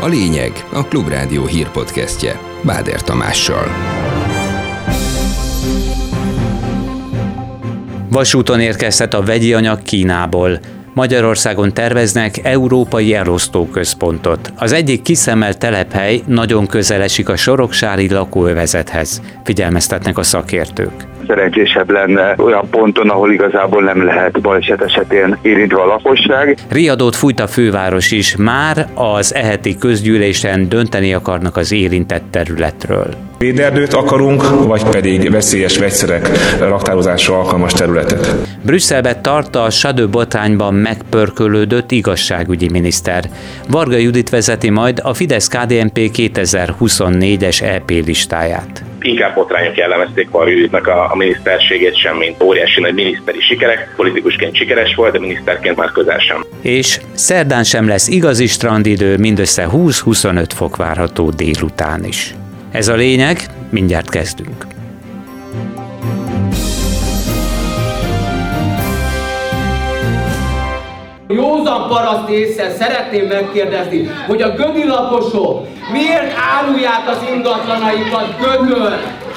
A lényeg a Klubrádió hírpodcastje Báder Tamással. Vasúton érkezhet a vegyi anyag Kínából. Magyarországon terveznek európai elosztóközpontot. Az egyik kiszemelt telephely nagyon közel esik a soroksári lakóövezethez. Figyelmeztetnek a szakértők. Szerencsésebb lenne olyan ponton, ahol igazából nem lehet baleset esetén érintve a lakosság. Riadót fújt a főváros is, már az eheti közgyűlésen dönteni akarnak az érintett területről. Véderdőt akarunk, vagy pedig veszélyes vegyszerek raktározásra alkalmas területet. Brüsszelbe tart a Sade botrányban megpörkölődött igazságügyi miniszter. Varga Judit vezeti majd a Fidesz-KDNP 2024-es EP listáját. Inkább botrányok jellemezték Varga Juditnak a miniszterségét sem, mint óriási nagy miniszteri sikerek. Politikusként sikeres volt, de miniszterként már közel sem. És szerdán sem lesz igazi strandidő, mindössze 20-25 fok várható délután is. Ez a lényeg, mindjárt kezdünk. Józan paraszt ésszel szeretném megkérdezni, hogy a gödi lakosok miért árulják az ingatlanaikat Gödön?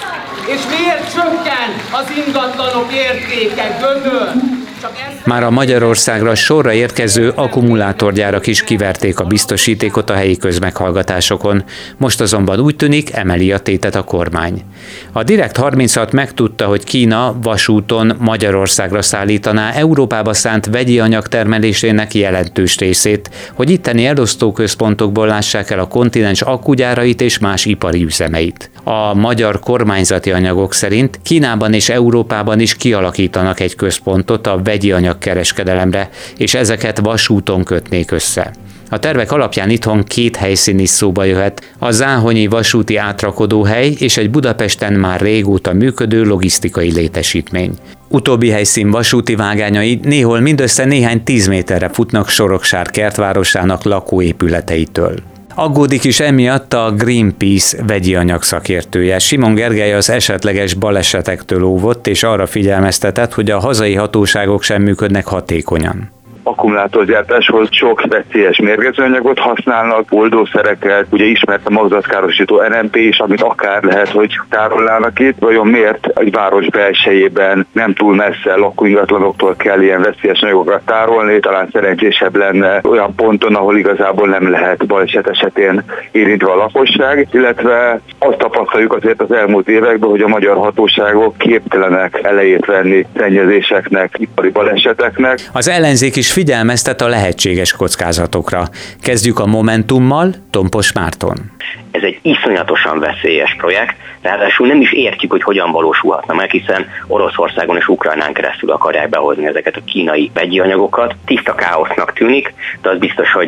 És miért csökken az ingatlanok értéke Gödön? Már a Magyarországra sorra érkező akkumulátorgyárak is kiverték a biztosítékot a helyi közmeghallgatásokon. Most azonban úgy tűnik, emeli a tétet a kormány. A Direkt 36 megtudta, hogy Kína vasúton Magyarországra szállítaná Európába szánt vegyi anyag termelésének jelentős részét, hogy itteni elosztóközpontokból lássák el a kontinens akkugyárait és más ipari üzemeit. A magyar kormányzati anyagok szerint Kínában és Európában is kialakítanak egy központot a vegyi anyagkereskedelemre, és ezeket vasúton kötnék össze. A tervek alapján itthon 2 helyszín is szóba jöhet, a záhonyi vasúti átrakodóhely és egy Budapesten már régóta működő logisztikai létesítmény. Utóbbi helyszín vasúti vágányai néhol mindössze néhány 10 méterre futnak Soroksár kertvárosának lakóépületeitől. Aggódik is emiatt a Greenpeace vegyi anyag szakértője. Simon Gergely az esetleges balesetektől óvott, és arra figyelmeztetett, hogy a hazai hatóságok sem működnek hatékonyan. Akkumulátorgyártáshoz sok veszélyes mérgezőanyagot használnak, oldószereket, ugye ismert a magzatkárosító NMP is, amit akár lehet, hogy tárolnának itt. Vajon miért egy város belsejében nem túl messze lakóingatlanoktól kell ilyen veszélyes anyagokat tárolni? Talán szerencsésebb lenne olyan ponton, ahol igazából nem lehet baleset esetén érintve a lakosság, illetve azt tapasztaljuk azért az elmúlt években, hogy a magyar hatóságok képtelenek elejét venni szennyezéseknek, ipari baleseteknek. Az ellenzék is figyelmeztet a lehetséges kockázatokra. Kezdjük a Momentummal, Tompos Márton. Ez egy iszonyatosan veszélyes projekt, ráadásul nem is értjük, hogy hogyan valósulhatna meg, hiszen Oroszországon és Ukrajnán keresztül akarják behozni ezeket a kínai vegyi anyagokat. Tiszta káosznak tűnik, de az biztos, hogy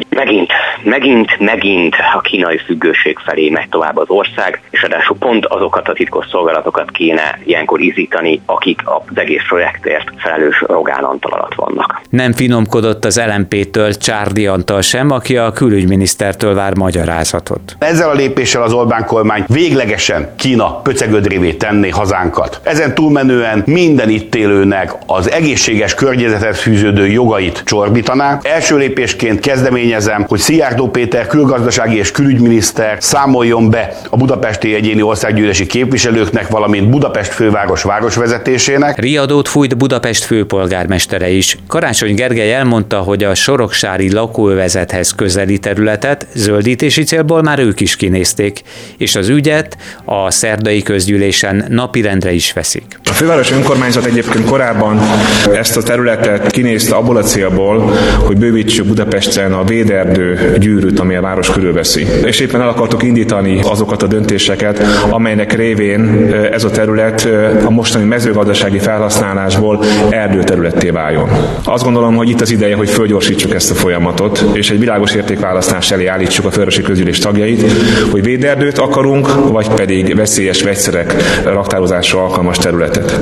megint a kínai függőség felé megy tovább az ország, és ráadásul pont azokat a titkos szolgálatokat kéne ilyenkor izítani, akik az egész projektért felelős Rogán Antal alatt vannak. Nem finomkodott az LMP-től Csárdi Antal sem, aki a külügyminisztertől vár magyarázatot. Ezzel a lépéssel az Orbán kormány véglegesen Kína pöcegödrévé tenné hazánkat. Ezen túlmenően minden itt élőnek az egészséges környezethez fűződő jogait csorbítaná. Első lépésként kezdeményezem, hogy Szijjártó Péter külgazdasági és külügyminiszter számoljon be a budapesti egyéni országgyűlési képviselőknek, valamint Budapest főváros városvezetésének. Riadót fújt Budapest főpolgármestere is. Karácsony Gergely elmondta, hogy a soroksári lakóövezethez közeli területet zöldítési célból már ők is kinézték, és az ügyet a szerdai közgyűlésen napirendre is veszik. A főváros önkormányzat egyébként korábban ezt a területet kinézte abból a célból, hogy bővítsük Budapesten a véderdő gyűrűt, ami a város körülveszi. És éppen el akartuk indítani azokat a döntéseket, amelynek révén ez a terület a mostani mezőgazdasági felhasználásból erdőterületté váljon. Azt gondolom, hogy itt az ideje, hogy fölgyorsítsuk ezt a folyamatot, és egy világos értékválasztás elé állítsuk a fővárosi közgyűlés tagjait, hogy véderdőt akarunk, vagy pedig veszélyes vegyszerek raktározásra alkalmas területet.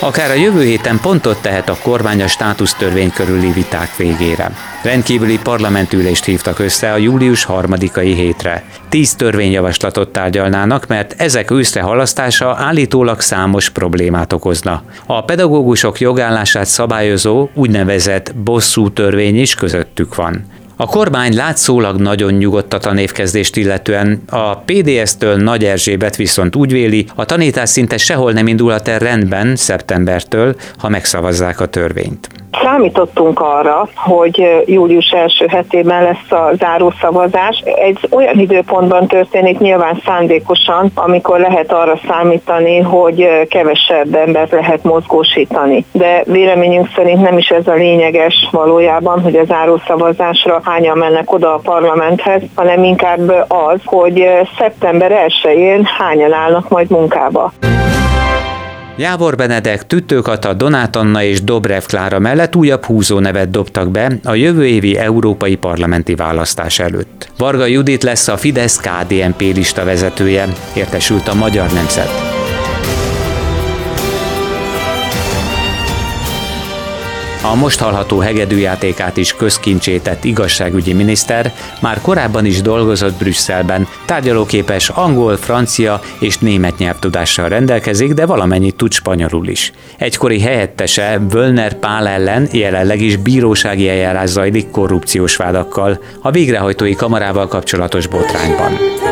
Akár a jövő héten pontot tehet a kormány a státusztörvény körüli viták végére. Rendkívüli parlamentülést hívtak össze a július 3-ai hétre. 10 törvényjavaslatot tárgyalnának, mert ezek őszre halasztása állítólag számos problémát okozna. A pedagógusok jogállását szabályozó úgynevezett bosszú törvény is közöttük van. A kormány látszólag nagyon nyugodt a tanévkezdést illetően, a PDS-től Nagy Erzsébet viszont úgy véli, a tanítás szinte sehol nem indulhat el rendben szeptembertől, ha megszavazzák a törvényt. Számítottunk arra, hogy július első hetében lesz a zárószavazás. Egy olyan időpontban történik, nyilván szándékosan, amikor lehet arra számítani, hogy kevesebb embert lehet mozgósítani. De véleményünk szerint nem is ez a lényeges valójában, hogy a zárószavazásra hányan mennek oda a parlamenthez, hanem inkább az, hogy szeptember 1-én hányan állnak majd munkába. Jávor Benedek, Tüttő Kata, Donát Anna és Dobrev Klára mellett újabb húzónevet dobtak be a jövő évi európai parlamenti választás előtt. Varga Judit lesz a Fidesz-KDNP lista vezetője, értesült a Magyar Nemzet. A most hallható hegedűjátékát is közkincsé tett igazságügyi miniszter már korábban is dolgozott Brüsszelben, tárgyalóképes angol, francia és német nyelvtudással rendelkezik, de valamennyit tud spanyolul is. Egykori helyettese Völner Pál ellen jelenleg is bírósági eljárás zajlik korrupciós vádakkal a végrehajtói kamarával kapcsolatos botrányban.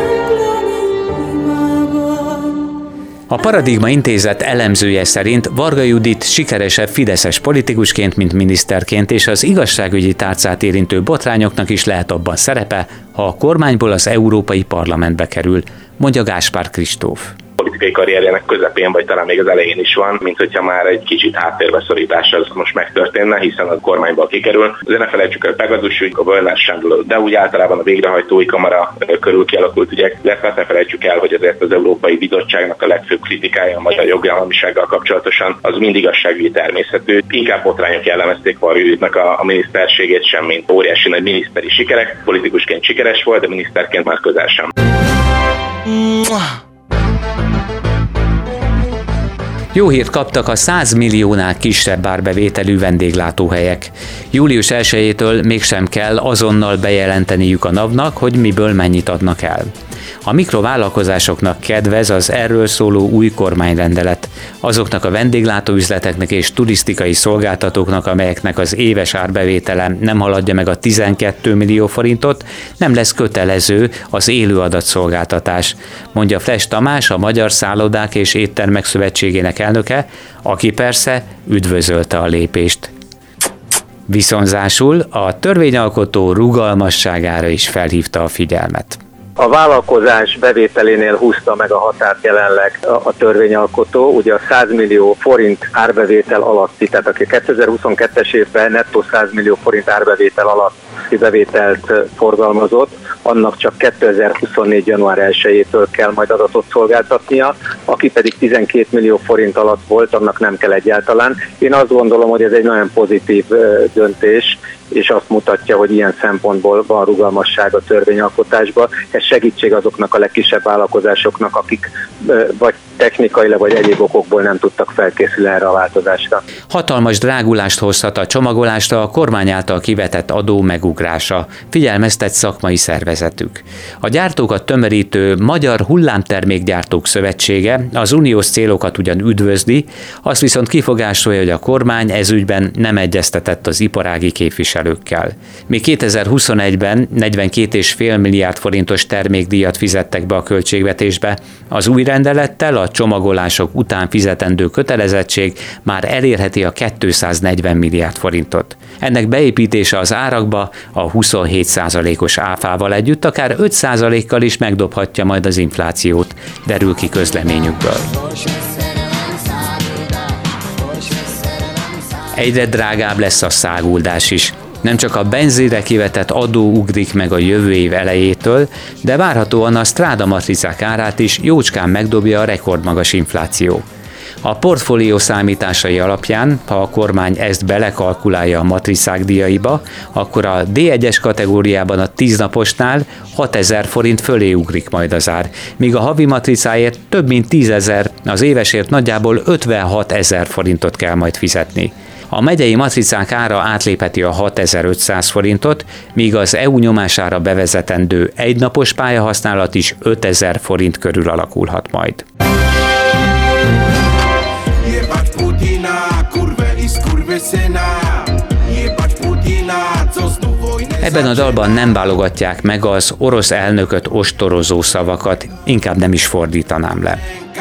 A Paradigma Intézet elemzője szerint Varga Judit sikeresebb fideszes politikusként, mint miniszterként, és az igazságügyi tárcát érintő botrányoknak is lehet abban szerepe, ha a kormányból az Európai Parlamentbe kerül, mondja Gáspár Kristóf. Politikai karrierjének közepén, vagy talán még az elején is van, mint hogyha már egy kicsit háttérbe az most megtörténne, hiszen a kormányból kikerül. Azért ne felejtsük el Pegazus ügy, a Völner Sándor, de úgy általában a végrehajtói kamara körül kialakult ügyek, illetve ne felejtsük el, hogy azért az Európai Bizottságnak a legfőbb kritikája a magyar jogállamisággal kapcsolatosan az mind igazságügyi természetű. Inkább botrányok jellemezték Varga Juditnak a miniszterségét sem, mint óriási nagy miniszteri sikerek. Politikusként sikeres volt, de miniszterként már közel sem. Jó hírt kaptak a 100 milliónál kisebb árbevételű vendéglátóhelyek. Július 1-től mégsem kell azonnal bejelenteniük a NAV-nak, hogy miből mennyit adnak el. A mikrovállalkozásoknak kedvez az erről szóló új kormányrendelet. Azoknak a vendéglátóüzleteknek és turisztikai szolgáltatóknak, amelyeknek az éves árbevétele nem haladja meg a 12 millió forintot, nem lesz kötelező az élő adatszolgáltatás, mondja Fles Tamás, a Magyar Szállodák és Éttermek Szövetségének elnöke, aki persze üdvözölte a lépést. Viszonzásul a törvényalkotó rugalmasságára is felhívta a figyelmet. A vállalkozás bevételénél húzta meg a határt jelenleg a törvényalkotó, ugye a 100 millió forint árbevétel alatti, tehát aki 2022-es évben nettó 100 millió forint árbevétel alatti bevételt forgalmazott, annak csak 2024. január 1-től kell majd adatot szolgáltatnia, aki pedig 12 millió forint alatt volt, annak nem kell egyáltalán. Én azt gondolom, hogy ez egy nagyon pozitív döntés, és azt mutatja, hogy ilyen szempontból van rugalmasság a törvényalkotásban. Ez segítség azoknak a legkisebb vállalkozásoknak, akik vagy technikailag, vagy egyéb okokból nem tudtak felkészülni erre a változásra. Hatalmas drágulást hozhat a csomagolásra a kormány által kivetett adó megugrása, figyelmeztet szakmai szervezetük. A gyártókat tömörítő Magyar Hullámtermékgyártók Szövetsége az uniós célokat ugyan üdvözli, azt viszont kifogásolja, hogy a kormány ezügyben nem egyeztetett az iparági képviselőkkel. Még 2021-ben 42,5 milliárd forintos termékdíjat fizettek be a költségvetésbe, az új rendelettel a csomagolások után fizetendő kötelezettség már elérheti a 240 milliárd forintot. Ennek beépítése az árakba a 27%-os áfával együtt akár 5%-kal is megdobhatja majd az inflációt, derül ki közleményükből. Egyre drágább lesz a száguldás is. Nem csak a benzinre kivetett adó ugrik meg a jövő év elejétől, de várhatóan a Stráda matricák árát is jócskán megdobja a rekordmagas infláció. A portfólió számításai alapján, ha a kormány ezt belekalkulálja a matricák díjaiba, akkor a D1-es kategóriában a 10 naposnál 6000 forint fölé ugrik majd az ár, míg a havi matricáért több mint 10 000, az évesért nagyjából 56 000 forintot kell majd fizetni. A megyei matricák ára átlépheti a 6500 forintot, míg az EU nyomására bevezetendő egynapos pályahasználat is 5000 forint körül alakulhat majd. Ebben a dalban nem válogatják meg az orosz elnököt ostorozó szavakat, inkább nem is fordítanám le.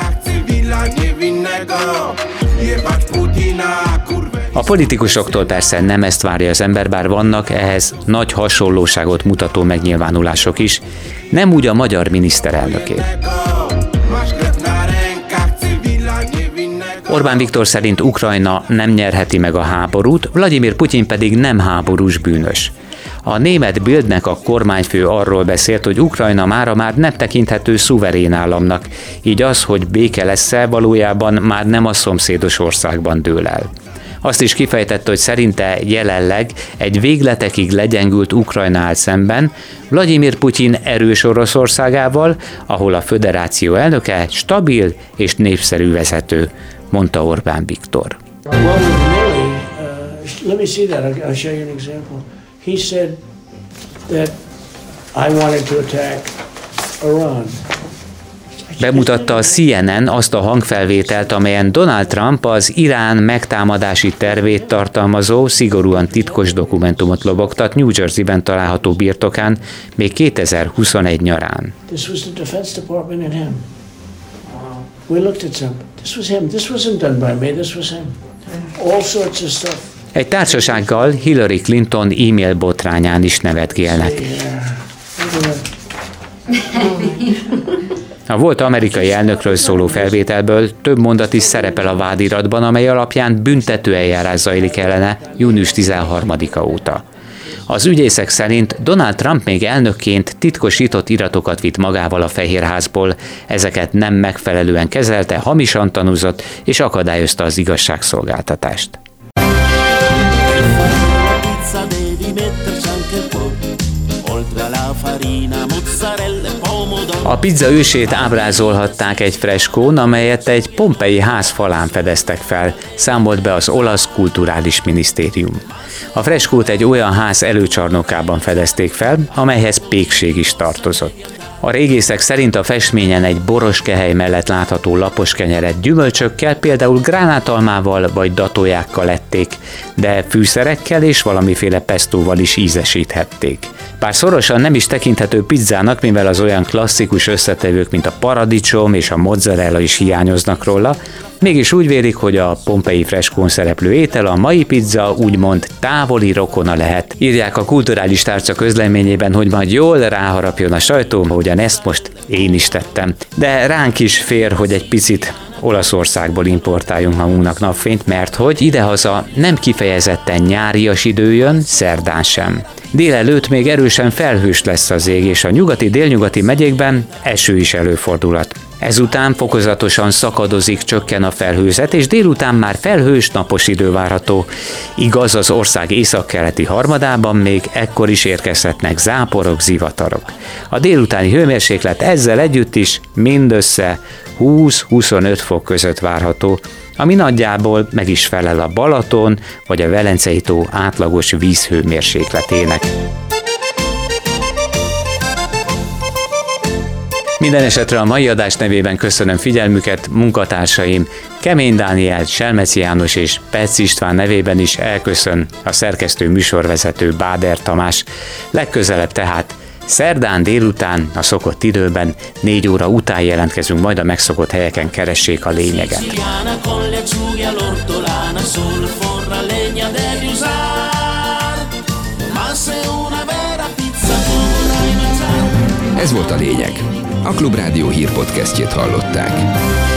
A politikusoktól persze nem ezt várja az ember, bár vannak ehhez nagy hasonlóságot mutató megnyilvánulások is, nem úgy a magyar miniszterelnöké. Orbán Viktor szerint Ukrajna nem nyerheti meg a háborút, Vladimir Putyin pedig nem háborús bűnös. A német Bildnek a kormányfő arról beszélt, hogy Ukrajna mára már nem tekinthető szuverén államnak, így az, hogy béke lesz-e, valójában már nem a szomszédos országban dől el. Azt is kifejtette, hogy szerinte jelenleg egy végletekig legyengült Ukrajna áll szemben Vladimir Putyin erős Oroszországával, ahol a föderáció elnöke stabil és népszerű vezető, mondta Orbán Viktor. He said that I wanted to attack Iran. Bemutatta a CNN azt a hangfelvételt, amelyen Donald Trump az Irán megtámadási tervét tartalmazó, szigorúan titkos dokumentumot lobogtat New Jersey-ben található birtokán még 2021 nyarán. This was the Defense Department and him. We looked at some. This was him. This wasn't done by me. This was him. All sorts of stuff. Egy társasággal Hillary Clinton e-mail botrányán is nevetgélnek. A volt amerikai elnökről szóló felvételből több mondat is szerepel a vádiratban, amely alapján büntető eljárás zajlik ellene június 13-a óta. Az ügyészek szerint Donald Trump még elnökként titkosított iratokat vitt magával a Fehérházból, ezeket nem megfelelően kezelte, hamisan tanúzott és akadályozta az igazságszolgáltatást. A pizza ősét ábrázolhatták egy freskón, amelyet egy pompei ház falán fedeztek fel, számolt be az olasz kulturális minisztérium. A freskót egy olyan ház előcsarnokában fedezték fel, amelyhez pékség is tartozott. A régészek szerint a festményen egy boroskehely mellett látható lapos kenyeret gyümölcsökkel, például gránátalmával vagy datójákkal ették, de fűszerekkel és valamiféle pestóval is ízesíthették. Bár szorosan nem is tekinthető pizzának, mivel az olyan klasszikus összetevők, mint a paradicsom és a mozzarella is hiányoznak róla, mégis úgy vélik, hogy a pompei freskón szereplő étel a mai pizza úgymond távoli rokona lehet. Írják a kulturális tárca közleményében, hogy majd jól ráharapjon a sajtó, ahogyan ezt most én is tettem. De ránk is fér, hogy egy picit Olaszországból importáljunk magunknak napfényt, mert hogy idehaza nem kifejezetten nyárias idő jön, szerdán sem. Délelőtt még erősen felhős lesz az ég, és a nyugati-délnyugati megyékben eső is előfordulhat. Ezután fokozatosan szakadozik, csökken a felhőzet, és délután már felhős, napos idő várható. Igaz, az ország északkeleti harmadában még ekkor is érkezhetnek záporok, zivatarok. A délutáni hőmérséklet ezzel együtt is mindössze 20-25 fok között várható, ami nagyjából meg is felel a Balaton vagy a Velencei-tó átlagos vízhőmérsékletének. Minden esetre a mai adás nevében köszönöm figyelmüket, munkatársaim Kemény Dániel, Selmeci János és Petsz István nevében is elköszön a szerkesztő műsorvezető Báder Tamás. Legközelebb tehát szerdán délután a szokott időben 4 óra után jelentkezünk, majd a megszokott helyeken keressék a lényeget. Ez volt a lényeg. A Klubrádió hírpodcastjét hallották.